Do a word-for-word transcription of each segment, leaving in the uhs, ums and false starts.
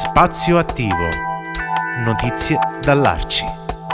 Spazio attivo. Notizie dall'Arci.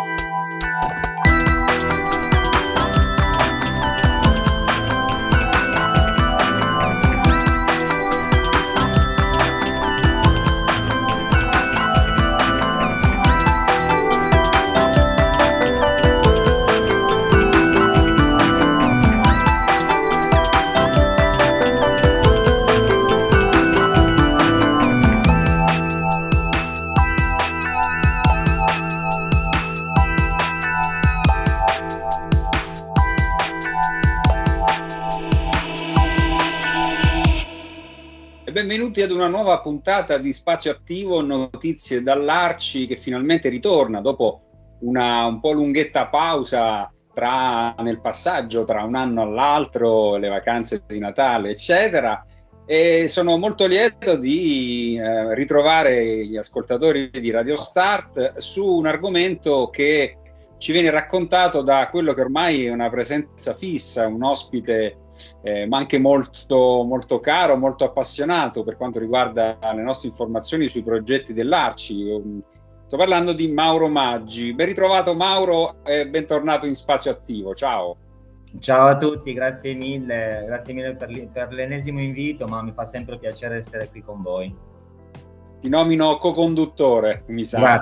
Benvenuti ad una nuova puntata di Spazio Attivo, notizie dall'Arci, che finalmente ritorna dopo una un po' lunghetta pausa tra, nel passaggio tra un anno all'altro, le vacanze di Natale, eccetera. E sono molto lieto di eh, ritrovare gli ascoltatori di Radio Start su un argomento che ci viene raccontato da quello che ormai è una presenza fissa, un ospite Eh, ma anche molto, molto caro, molto appassionato per quanto riguarda le nostre informazioni sui progetti dell'Arci. Sto parlando di Mauro Maggi. Ben ritrovato Mauro e bentornato in Spazio Attivo. Ciao. Ciao a tutti, grazie mille, grazie mille per, per l'ennesimo invito, ma mi fa sempre piacere essere qui con voi. Ti nomino co-conduttore, mi sa.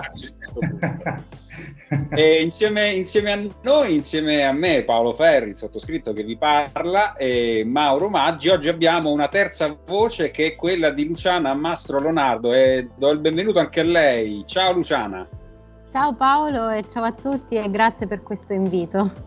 E insieme, insieme a noi, insieme a me, Paolo Ferri, sottoscritto che vi parla, e Mauro Maggi, oggi abbiamo una terza voce che è quella di Luciana Mastro Lonardo e do il benvenuto anche a lei. Ciao Luciana. Ciao Paolo e ciao a tutti e grazie per questo invito.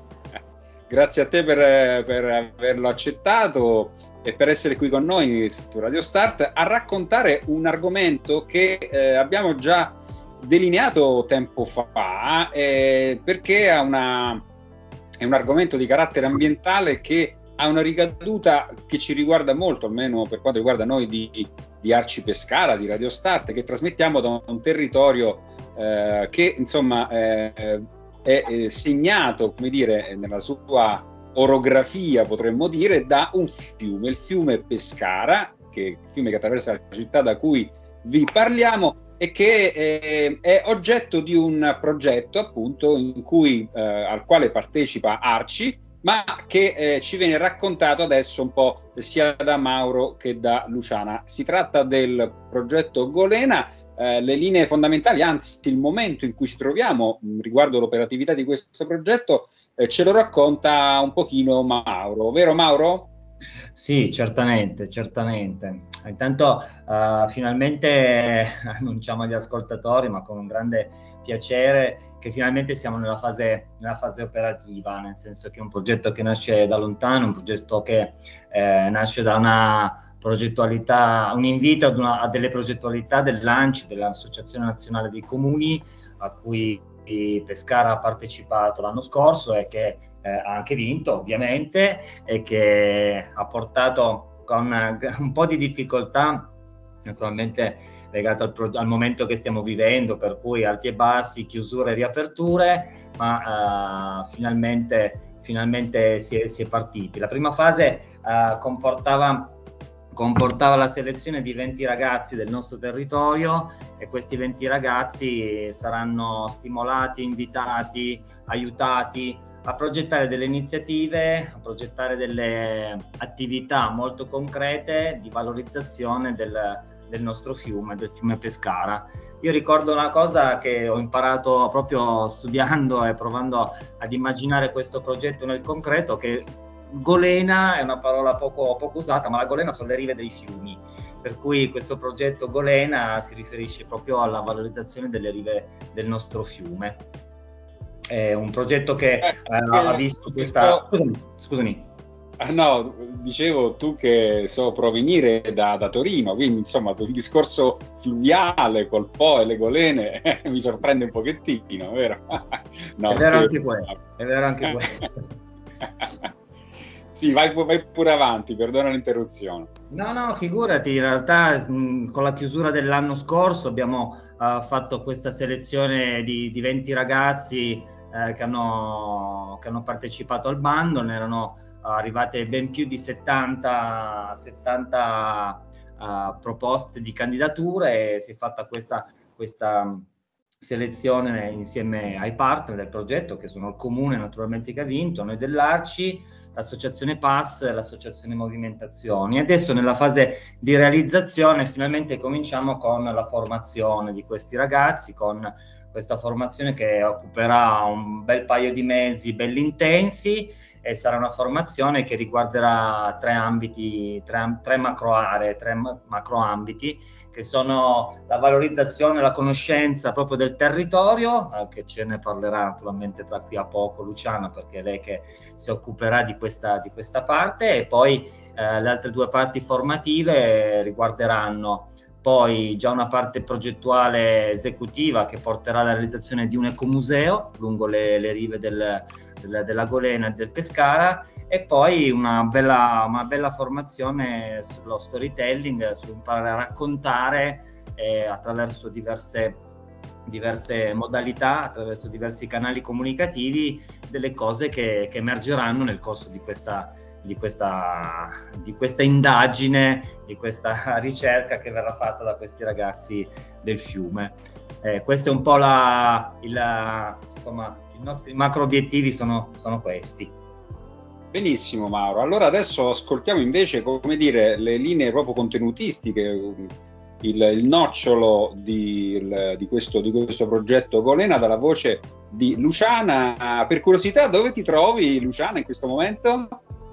Grazie a te per, per averlo accettato e per essere qui con noi su Radio Start a raccontare un argomento che eh, abbiamo già delineato tempo fa, eh, perché ha una, è un argomento di carattere ambientale che ha una ricaduta che ci riguarda molto, almeno per quanto riguarda noi di, di Arci Pescara, di Radio Start, che trasmettiamo da un territorio eh, che insomma eh, è eh, segnato, come dire, nella sua orografia, potremmo dire, da un fiume, il fiume Pescara, che è il fiume che attraversa la città da cui vi parliamo, e che eh, è oggetto di un progetto appunto in cui, eh, al quale partecipa Arci, ma che eh, ci viene raccontato adesso un po' sia da Mauro che da Luciana. Si tratta del progetto Golena. Eh, le linee fondamentali, anzi il momento in cui ci troviamo mh, riguardo l'operatività di questo progetto, eh, ce lo racconta un pochino Mauro, vero Mauro? Sì, certamente, certamente. Intanto uh, finalmente annunciamo agli ascoltatori, ma con un grande piacere, che finalmente siamo nella fase, nella fase operativa, nel senso che è un progetto che nasce da lontano, un progetto che eh, nasce da una progettualità, un invito ad una, a delle progettualità dell'A N C I, dell'Associazione Nazionale dei Comuni, a cui Pescara ha partecipato l'anno scorso e che eh, ha anche vinto ovviamente, e che ha portato con un po' di difficoltà, naturalmente legato al, pro- al momento che stiamo vivendo, per cui alti e bassi, chiusure e riaperture, ma uh, finalmente, finalmente si è, si è partiti. La prima fase uh, comportava comportava la selezione di venti ragazzi del nostro territorio, e questi venti ragazzi saranno stimolati, invitati, aiutati a progettare delle iniziative, a progettare delle attività molto concrete di valorizzazione del, del nostro fiume, del fiume Pescara. Io ricordo una cosa che ho imparato proprio studiando e provando ad immaginare questo progetto nel concreto, che Golena è una parola poco, poco usata, ma la golena sono le rive dei fiumi, per cui questo progetto Golena si riferisce proprio alla valorizzazione delle rive del nostro fiume. È un progetto che eh, ha visto questa... Scusami, scusami. Ah, no, dicevo tu che so provenire da, da Torino, quindi insomma il discorso fluviale col Po e le golene eh, mi sorprende un pochettino, vero? No, è vero anche quello, è vero anche quello. Sì, vai, vai pure avanti, perdono l'interruzione. No, no, figurati, in realtà mh, con la chiusura dell'anno scorso abbiamo uh, fatto questa selezione di, di venti ragazzi uh, che, hanno, che hanno partecipato al bando. Ne erano uh, arrivate ben più di settanta, settanta uh, proposte di candidature e si è fatta questa, questa selezione insieme ai partner del progetto, che sono il Comune naturalmente che ha vinto, noi dell'Arci, l'associazione P A S e l'associazione Movimentazioni. Adesso nella fase di realizzazione finalmente cominciamo con la formazione di questi ragazzi, con questa formazione che occuperà un bel paio di mesi belli intensi, e sarà una formazione che riguarderà tre ambiti, tre, tre macro aree, tre macro ambiti, che sono la valorizzazione e la conoscenza proprio del territorio, eh, che ce ne parlerà naturalmente tra qui a poco Luciana, perché è lei che si occuperà di questa, di questa parte, e poi eh, le altre due parti formative riguarderanno poi già una parte progettuale esecutiva che porterà alla realizzazione di un ecomuseo lungo le, le rive del, del, della Golena e del Pescara, e poi una bella, una bella formazione sullo storytelling, su imparare a raccontare eh, attraverso diverse, diverse modalità, attraverso diversi canali comunicativi, delle cose che, che emergeranno nel corso di questa Di questa, di questa indagine, di questa ricerca che verrà fatta da questi ragazzi del fiume. Eh, questo è un po' la, il, insomma, i nostri macro obiettivi sono, sono questi. Benissimo Mauro, allora adesso ascoltiamo invece, come dire, le linee proprio contenutistiche, il, il nocciolo di, il, di, questo, di questo progetto Golena dalla voce di Luciana. Per curiosità, dove ti trovi Luciana in questo momento?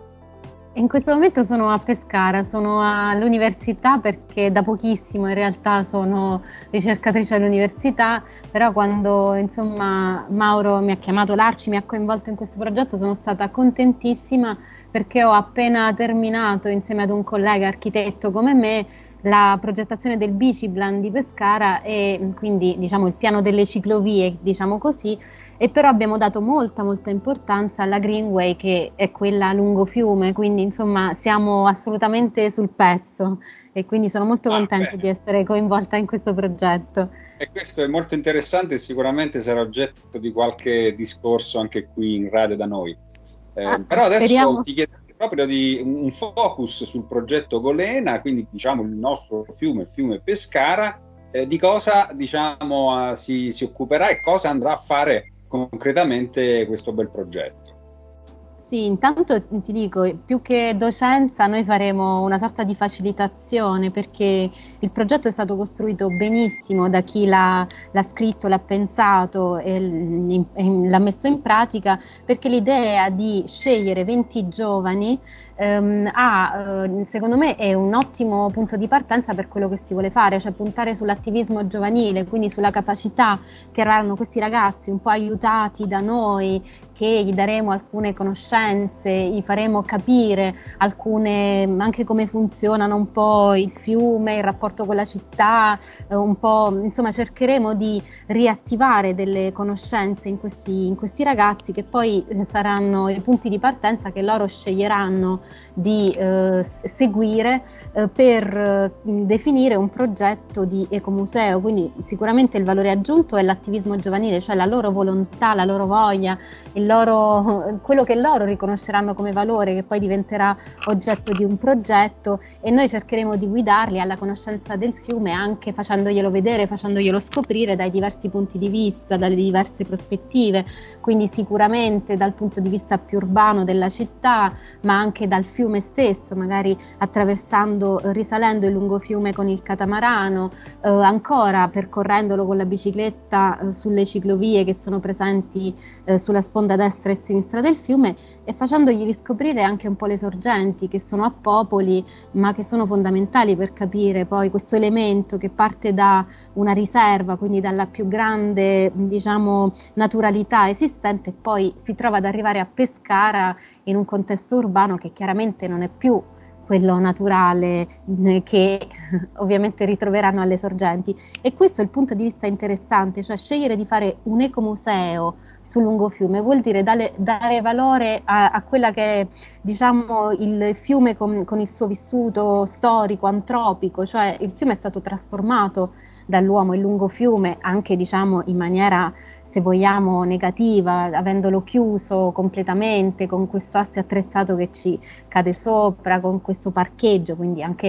In questo momento sono a Pescara, sono all'università perché da pochissimo in realtà sono ricercatrice all'università, però quando insomma Mauro mi ha chiamato, l'Arci mi ha coinvolto in questo progetto, sono stata contentissima perché ho appena terminato insieme ad un collega architetto come me la progettazione del Biciplan di Pescara e quindi diciamo il piano delle ciclovie, diciamo così, e però abbiamo dato molta molta importanza alla Greenway, che è quella lungo fiume, quindi insomma siamo assolutamente sul pezzo e quindi sono molto ah, contenta bene. di essere coinvolta in questo progetto. E questo è molto interessante e sicuramente sarà oggetto di qualche discorso anche qui in radio da noi. Eh, ah, però adesso speriamo. ti chiedo proprio di un focus sul progetto Golena, quindi diciamo il nostro fiume, il fiume Pescara, eh, di cosa diciamo si, si occuperà e cosa andrà a fare concretamente questo bel progetto. Sì, intanto ti dico, più che docenza noi faremo una sorta di facilitazione, perché il progetto è stato costruito benissimo da chi l'ha, l'ha scritto, l'ha pensato e l'ha messo in pratica, perché l'idea di scegliere venti giovani ehm, ha, eh, secondo me è un ottimo punto di partenza per quello che si vuole fare, cioè puntare sull'attivismo giovanile, quindi sulla capacità che avranno questi ragazzi un po' aiutati da noi, che gli daremo alcune conoscenze, gli faremo capire alcune, anche come funzionano un po' il fiume, il rapporto con la città, un po', insomma cercheremo di riattivare delle conoscenze in questi, in questi ragazzi, che poi saranno i punti di partenza che loro sceglieranno di eh, seguire eh, per eh, definire un progetto di ecomuseo. Quindi sicuramente il valore aggiunto è l'attivismo giovanile, cioè la loro volontà, la loro voglia, il loro, quello che loro riconosceranno come valore, che poi diventerà oggetto di un progetto, e noi cercheremo di guidarli alla conoscenza del fiume anche facendoglielo vedere, facendoglielo scoprire dai diversi punti di vista, dalle diverse prospettive, quindi sicuramente dal punto di vista più urbano della città, ma anche dal fiume stesso, magari attraversando, risalendo il lungofiume con il catamarano, eh, ancora percorrendolo con la bicicletta eh, sulle ciclovie che sono presenti eh, sulla sponda destra e sinistra del fiume, e facendogli riscoprire anche un po' le sorgenti che sono a popoli, ma che sono fondamentali per capire poi questo elemento che parte da una riserva, quindi dalla più grande, diciamo, naturalità esistente, e poi si trova ad arrivare a Pescara in un contesto urbano che chiaramente non è più quello naturale che ovviamente ritroveranno alle sorgenti. E questo è il punto di vista interessante, cioè scegliere di fare un ecomuseo sul lungofiume vuol dire dare, dare valore a, a quella che è, diciamo, il fiume con, con il suo vissuto storico, antropico, cioè il fiume è stato trasformato dall'uomo, il lungofiume, anche diciamo in maniera, se vogliamo, negativa, avendolo chiuso completamente, con questo asse attrezzato che ci cade sopra, con questo parcheggio, quindi anche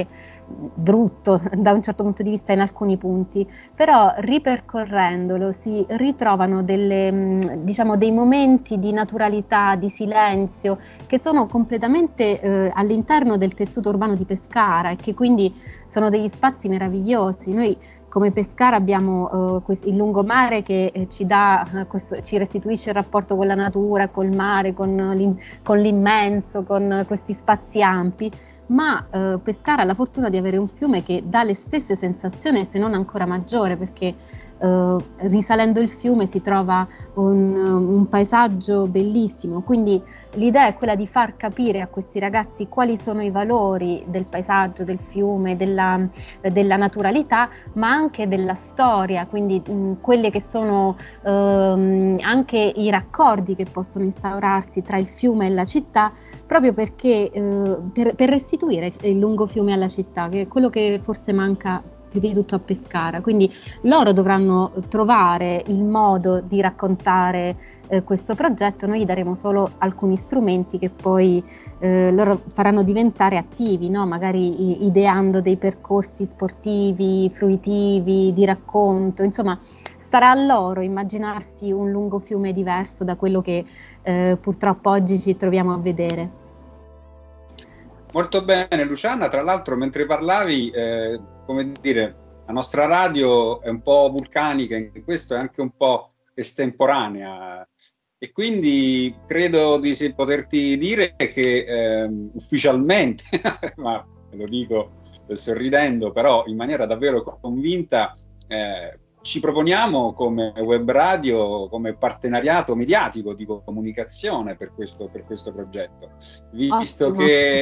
brutto da un certo punto di vista in alcuni punti, però ripercorrendolo si ritrovano delle, diciamo, dei momenti di naturalità, di silenzio che sono completamente eh, all'interno del tessuto urbano di Pescara e che quindi sono degli spazi meravigliosi. Noi come Pescara abbiamo uh, il lungomare che eh, ci dà, uh, questo, ci restituisce il rapporto con la natura, col mare, con, l'in, con l'immenso, con questi spazi ampi, ma uh, Pescara ha la fortuna di avere un fiume che dà le stesse sensazioni, se non ancora maggiore, perché uh, risalendo il fiume si trova un, un paesaggio bellissimo, quindi l'idea è quella di far capire a questi ragazzi quali sono i valori del paesaggio, del fiume, della, della naturalità, ma anche della storia, quindi mh, quelle che sono ehm, anche i raccordi che possono instaurarsi tra il fiume e la città, proprio perché eh, per, per restituire il lungo fiume alla città, che è quello che forse manca più di tutto a Pescara. Quindi loro dovranno trovare il modo di raccontare eh, questo progetto, noi gli daremo solo alcuni strumenti che poi eh, loro faranno diventare attivi, no? Magari ideando dei percorsi sportivi, fruitivi, di racconto, insomma starà a loro immaginarsi un lungo fiume diverso da quello che eh, purtroppo oggi ci troviamo a vedere. Molto bene Luciana, tra l'altro mentre parlavi, eh, come dire, la nostra radio è un po' vulcanica, in questo è anche un po' estemporanea e quindi credo di sì, poterti dire che eh, ufficialmente, ma lo dico sorridendo, però in maniera davvero convinta, eh, ci proponiamo come web radio, come partenariato mediatico di comunicazione per questo, per questo progetto, visto Ottimo. che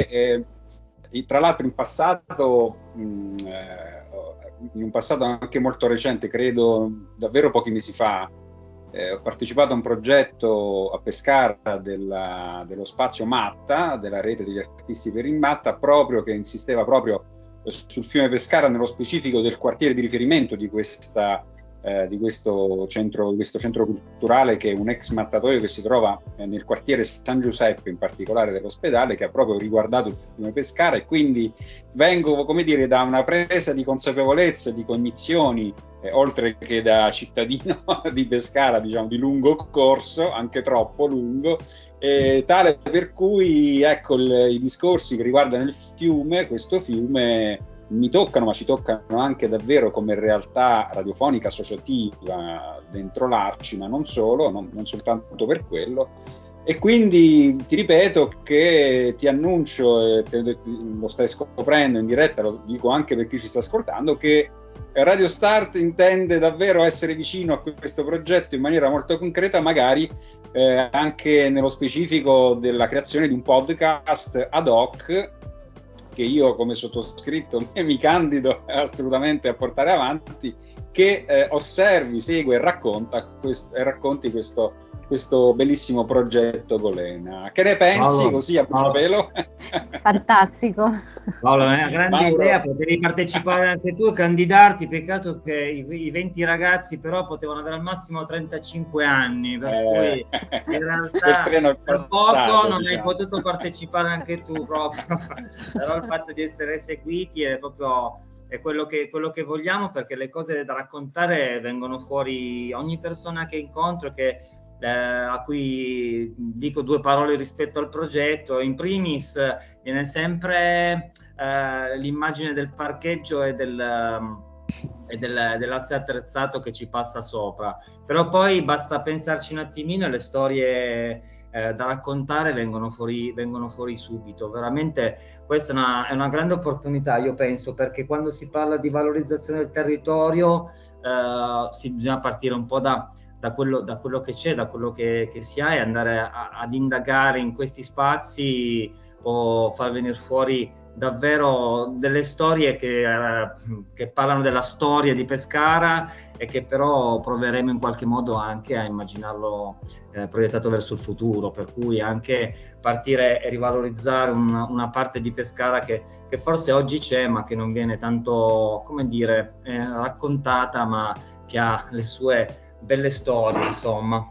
eh, tra l'altro in passato, in, eh, in un passato anche molto recente, credo davvero pochi mesi fa, eh, ho partecipato a un progetto a Pescara della, dello spazio Matta, della rete degli artisti per il Matta, proprio che insisteva proprio sul fiume Pescara, nello specifico del quartiere di riferimento di questa eh, di questo centro, questo centro culturale, che è un ex mattatoio che si trova eh, nel quartiere San Giuseppe, in particolare dell'ospedale, che ha proprio riguardato il fiume Pescara, e quindi vengo, come dire, da una presa di consapevolezza, di cognizioni, eh, oltre che da cittadino di Pescara, diciamo di lungo corso, anche troppo lungo, eh, tale per cui ecco il, i discorsi che riguardano il fiume, questo fiume, mi toccano, ma ci toccano anche davvero come realtà radiofonica associativa dentro l'Arci, ma non solo, non, non soltanto per quello. E quindi ti ripeto che ti annuncio, e te, lo stai scoprendo in diretta, lo dico anche per chi ci sta ascoltando, che Radio Start intende davvero essere vicino a questo progetto in maniera molto concreta, magari eh, anche nello specifico della creazione di un podcast ad hoc, che io come sottoscritto mi candido assolutamente a portare avanti, che eh, osservi, segue e racconta questo, e racconti questo, questo bellissimo progetto Golena. Che ne pensi, Paolo, così a bruciapelo? Fantastico. Paolo, è una grande Mauro. idea, potevi partecipare anche tu e candidarti, peccato che i, i venti ragazzi però potevano avere al massimo trentacinque anni, per eh, cui in realtà per passato, poco non diciamo. hai potuto partecipare anche tu proprio, però il fatto di essere seguiti è proprio è quello che, quello che vogliamo, perché le cose da raccontare vengono fuori, ogni persona che incontro, che Eh, a cui dico due parole rispetto al progetto. In primis viene sempre eh, l'immagine del parcheggio e del, um, e del, dell'asse attrezzato che ci passa sopra, però poi basta pensarci un attimino e le storie eh, da raccontare vengono fuori, vengono fuori subito. Veramente questa è una, è una grande opportunità, io penso, perché quando si parla di valorizzazione del territorio eh, si bisogna partire un po' da Da quello, da quello che c'è, da quello che, che si ha, e andare a, ad indagare in questi spazi o far venire fuori davvero delle storie che, eh, che parlano della storia di Pescara e che però proveremo in qualche modo anche a immaginarlo eh, proiettato verso il futuro, per cui anche partire e rivalorizzare una, una parte di Pescara che, che forse oggi c'è ma che non viene tanto, come dire, eh, raccontata, ma che ha le sue belle storie, insomma.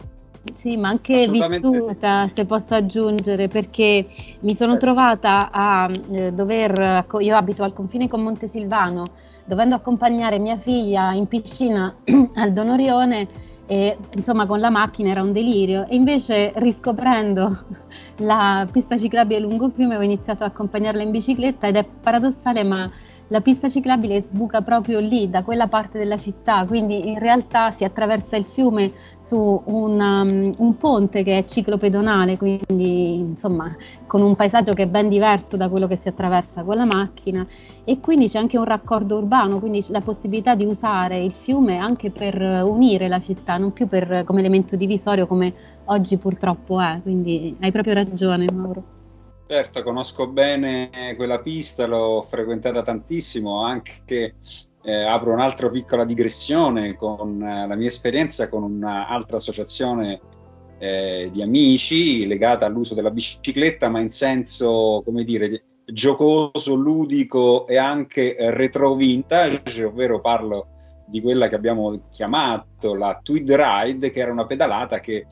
Sì, ma anche vissuta, sì, se posso aggiungere, perché mi sono trovata a eh, dover, io abito al confine con Montesilvano, dovendo accompagnare mia figlia in piscina al Donorione, e insomma con la macchina era un delirio, e invece riscoprendo la pista ciclabile lungo il fiume ho iniziato a accompagnarla in bicicletta, ed è paradossale, ma la pista ciclabile sbuca proprio lì, da quella parte della città, quindi in realtà si attraversa il fiume su un, um, un ponte che è ciclopedonale, quindi insomma con un paesaggio che è ben diverso da quello che si attraversa con la macchina, e quindi c'è anche un raccordo urbano, quindi la possibilità di usare il fiume anche per unire la città, non più per, come elemento divisorio come oggi purtroppo è, quindi hai proprio ragione, Mauro. Certo, conosco bene quella pista, l'ho frequentata tantissimo, anche eh, apro un'altra piccola digressione con eh, la mia esperienza con un'altra associazione eh, di amici legata all'uso della bicicletta, ma in senso, come dire, giocoso, ludico e anche eh, retro vintage, ovvero parlo di quella che abbiamo chiamato la Tweed Ride, che era una pedalata che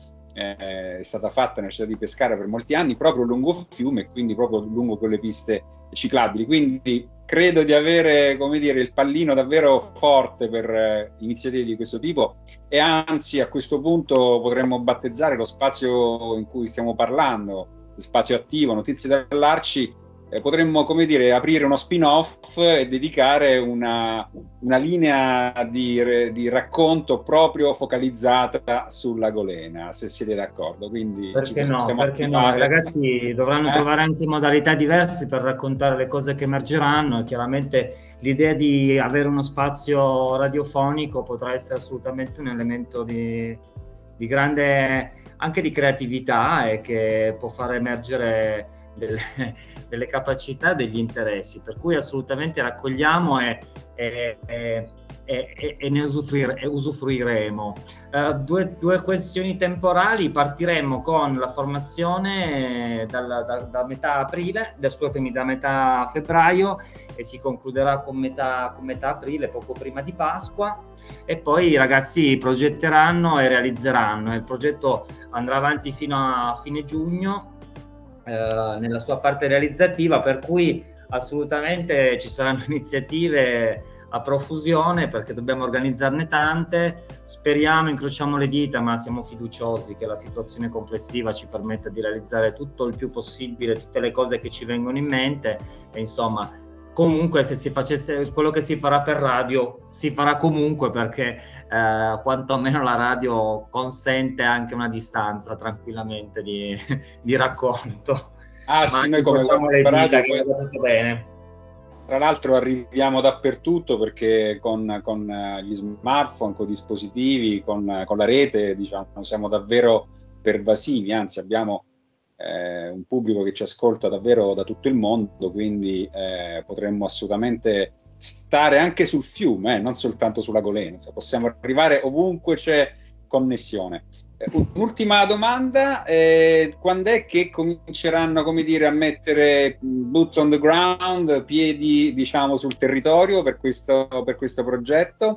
è stata fatta nella città di Pescara per molti anni proprio lungo il fiume e quindi proprio lungo quelle piste ciclabili, quindi credo di avere, come dire, il pallino davvero forte per eh, iniziative di questo tipo, e anzi a questo punto potremmo battezzare lo spazio in cui stiamo parlando, lo spazio attivo Notizie dall'Arci, eh, potremmo, come dire, aprire uno spin-off e dedicare una, una linea di, di racconto proprio focalizzata sulla Golena, se siete d'accordo. Quindi perché no, perché no? I ragazzi dovranno eh? trovare anche modalità diverse per raccontare le cose che emergeranno, e chiaramente l'idea di avere uno spazio radiofonico potrà essere assolutamente un elemento di, di grande, anche di creatività, e che può far emergere Delle, delle capacità, degli interessi, per cui assolutamente raccogliamo e, e, e, e, e ne usufruire, e usufruiremo. Uh, due, due questioni temporali: partiremo con la formazione dalla, da, da metà aprile, da, scusatemi, da metà febbraio, e si concluderà con metà, con metà aprile, poco prima di Pasqua, e poi i ragazzi progetteranno e realizzeranno. Il progetto andrà avanti fino a fine giugno Eh, nella sua parte realizzativa, per cui assolutamente ci saranno iniziative a profusione, perché dobbiamo organizzarne tante. Speriamo, incrociamo le dita, ma siamo fiduciosi che la situazione complessiva ci permetta di realizzare tutto il più possibile, tutte le cose che ci vengono in mente, e insomma comunque se si facesse quello che si farà per radio si farà comunque, perché eh, quantomeno la radio consente anche una distanza tranquillamente di, di racconto. Ah, ma sì, noi come le dita che vada tutto bene. Tra l'altro arriviamo dappertutto, perché con, con gli smartphone, con i dispositivi, con, con la rete, diciamo, siamo davvero pervasivi, anzi abbiamo Eh, un pubblico che ci ascolta davvero da tutto il mondo, quindi eh, potremmo assolutamente stare anche sul fiume, eh, non soltanto sulla Golena, possiamo arrivare ovunque c'è connessione. Eh, un'ultima domanda: eh, quando è che cominceranno, come dire, a mettere boots on the ground, piedi, diciamo, sul territorio per questo, per questo progetto?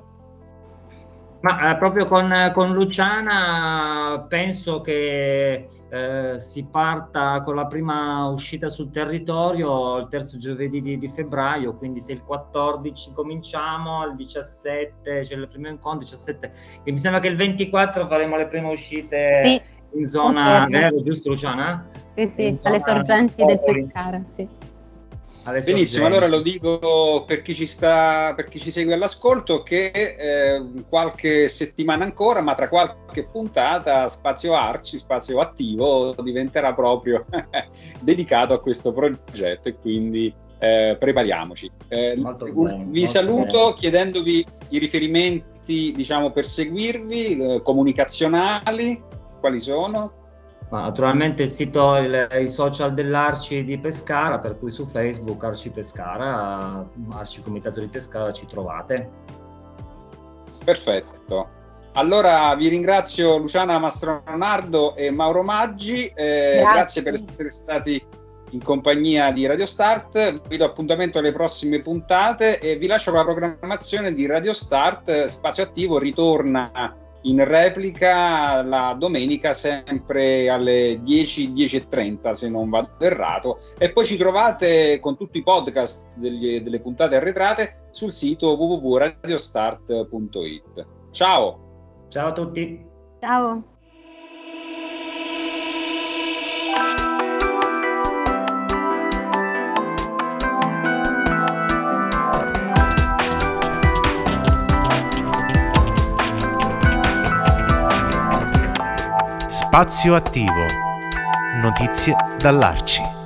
Ma eh, proprio con, con Luciana penso che Eh, si parta con la prima uscita sul territorio il terzo giovedì di, di febbraio, quindi se il quattordici cominciamo, il diciassette c'è cioè il primo incontro, diciassette, e mi sembra che il ventiquattro faremo le prime uscite, sì, in zona vero, giusto Luciana? Sì, sì, alle sorgenti del Pescara, sì. Benissimo, allora lo dico per chi ci sta, per chi ci segue all'ascolto, che eh, qualche settimana ancora, ma tra qualche puntata, Spazio Arci, Spazio Attivo, diventerà proprio dedicato a questo progetto, e quindi eh, prepariamoci. Eh, bene, vi saluto bene, chiedendovi i riferimenti, diciamo, per seguirvi, eh, comunicazionali, quali sono? Ma naturalmente il sito, il, i social dell'Arci di Pescara, per cui su Facebook Arci Pescara, Arci Comitato di Pescara, ci trovate. Perfetto. Allora vi ringrazio Luciana Mastronardo e Mauro Maggi, eh, grazie. grazie per essere stati in compagnia di Radio Start. Vi do appuntamento alle prossime puntate e vi lascio con la programmazione di Radio Start. Spazio Attivo ritorna in replica la domenica sempre alle dieci, dieci e trenta se non vado errato, e poi ci trovate con tutti i podcast degli, delle puntate arretrate sul sito w w w punto radiostart punto it. Ciao! Ciao a tutti! Ciao! Spazio attivo. Notizie dall'Arci.